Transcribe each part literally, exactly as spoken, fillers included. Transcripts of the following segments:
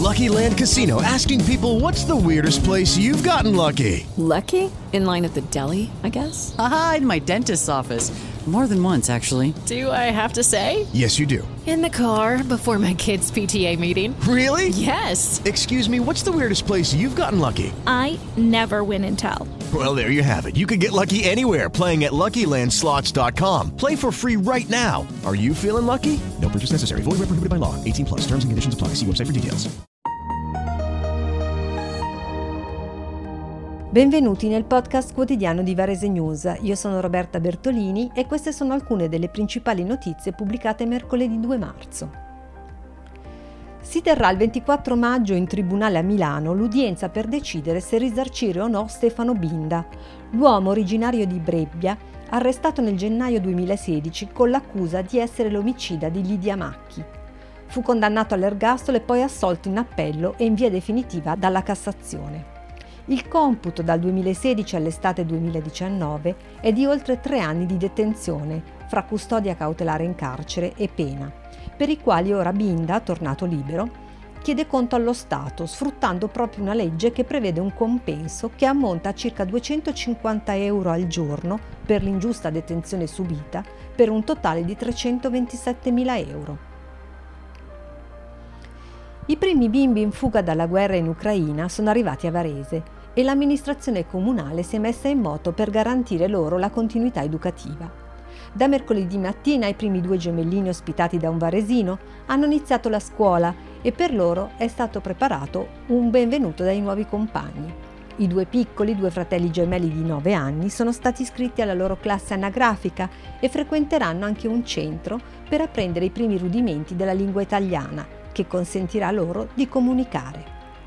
Lucky Land Casino, asking people, what's the weirdest place you've gotten lucky? Lucky? In line at the deli, I guess? Aha, in my dentist's office. More than once, actually. Do I have to say? Yes, you do. In the car before my kids' P T A meeting. Really? Yes. Excuse me, what's the weirdest place you've gotten lucky? I never win and tell. Well, there you have it. You can get lucky anywhere, playing at Lucky Land Slots dot com. Play for free right now. Are you feeling lucky? No purchase necessary. Void where prohibited by law. eighteen plus. Terms and conditions apply. See website for details. Benvenuti nel podcast quotidiano di Varese News. Io sono Roberta Bertolini e queste sono alcune delle principali notizie pubblicate mercoledì due marzo. Si terrà il ventiquattro maggio in tribunale a Milano l'udienza per decidere se risarcire o no Stefano Binda, l'uomo originario di Brebbia, arrestato nel gennaio duemilasedici con l'accusa di essere l'omicida di Lidia Macchi. Fu condannato all'ergastolo e poi assolto in appello e in via definitiva dalla Cassazione. Il computo dal duemilasedici all'estate duemiladiciannove è di oltre tre anni di detenzione, fra custodia cautelare in carcere e pena, per i quali ora Binda, tornato libero, chiede conto allo Stato, sfruttando proprio una legge che prevede un compenso che ammonta a circa duecentocinquanta euro al giorno per l'ingiusta detenzione subita, per un totale di trecentoventisettemila euro. I primi bimbi in fuga dalla guerra in Ucraina sono arrivati a Varese e l'amministrazione comunale si è messa in moto per garantire loro la continuità educativa. Da mercoledì mattina i primi due gemellini ospitati da un varesino hanno iniziato la scuola e per loro è stato preparato un benvenuto dai nuovi compagni. I due piccoli, due fratelli gemelli di nove anni, sono stati iscritti alla loro classe anagrafica e frequenteranno anche un centro per apprendere i primi rudimenti della lingua italiana, che consentirà loro di comunicare.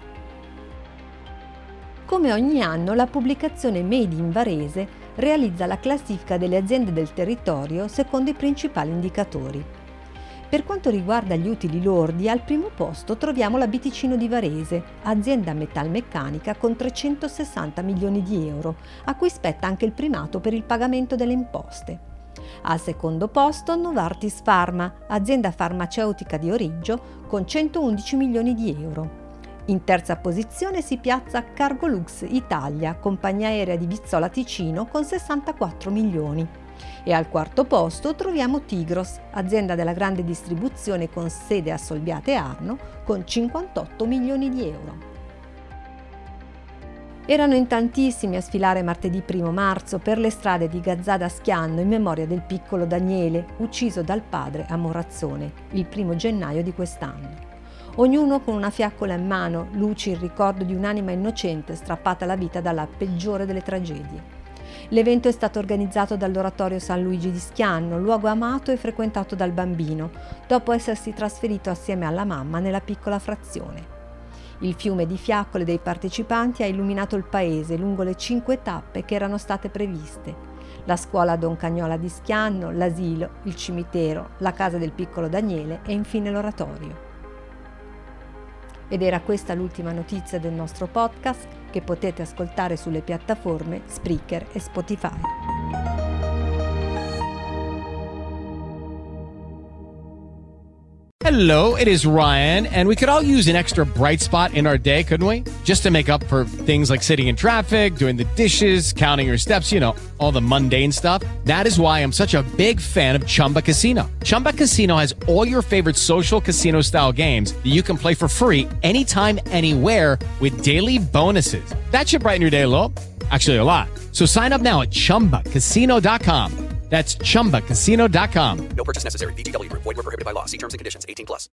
Come ogni anno, la pubblicazione Made in Varese realizza la classifica delle aziende del territorio secondo i principali indicatori. Per quanto riguarda gli utili lordi, al primo posto troviamo la Biticino di Varese, azienda metalmeccanica con trecentosessanta milioni di euro, a cui spetta anche il primato per il pagamento delle imposte. Al secondo posto Novartis Pharma, azienda farmaceutica di Origgio, con centoundici milioni di euro. In terza posizione si piazza Cargolux Italia, compagnia aerea di Vizzola Ticino, con sessantaquattro milioni. E al quarto posto troviamo Tigros, azienda della grande distribuzione con sede a Solbiate e Arno, con cinquantotto milioni di euro. Erano in tantissimi a sfilare martedì primo marzo per le strade di Gazzada Schianno in memoria del piccolo Daniele, ucciso dal padre a Morazzone, il primo gennaio di quest'anno. Ognuno con una fiaccola in mano, luci il ricordo di un'anima innocente strappata alla vita dalla peggiore delle tragedie. L'evento è stato organizzato dall'Oratorio San Luigi di Schianno, luogo amato e frequentato dal bambino, dopo essersi trasferito assieme alla mamma nella piccola frazione. Il fiume di fiaccole dei partecipanti ha illuminato il paese lungo le cinque tappe che erano state previste. La scuola Don Cagnola di Schianno, l'asilo, il cimitero, la casa del piccolo Daniele e infine l'oratorio. Ed era questa l'ultima notizia del nostro podcast che potete ascoltare sulle piattaforme Spreaker e Spotify. Hello, it is Ryan, and we could all use an extra bright spot in our day, couldn't we? Just to make up for things like sitting in traffic, doing the dishes, counting your steps, you know, all the mundane stuff. That is why I'm such a big fan of Chumba Casino. Chumba Casino has all your favorite social casino-style games that you can play for free anytime, anywhere with daily bonuses. That should brighten your day a little. Actually, a lot. So sign up now at chumba casino dot com. That's chumba casino dot com. No purchase necessary. V G W Group. Void where prohibited by law. See terms and conditions. eighteen plus.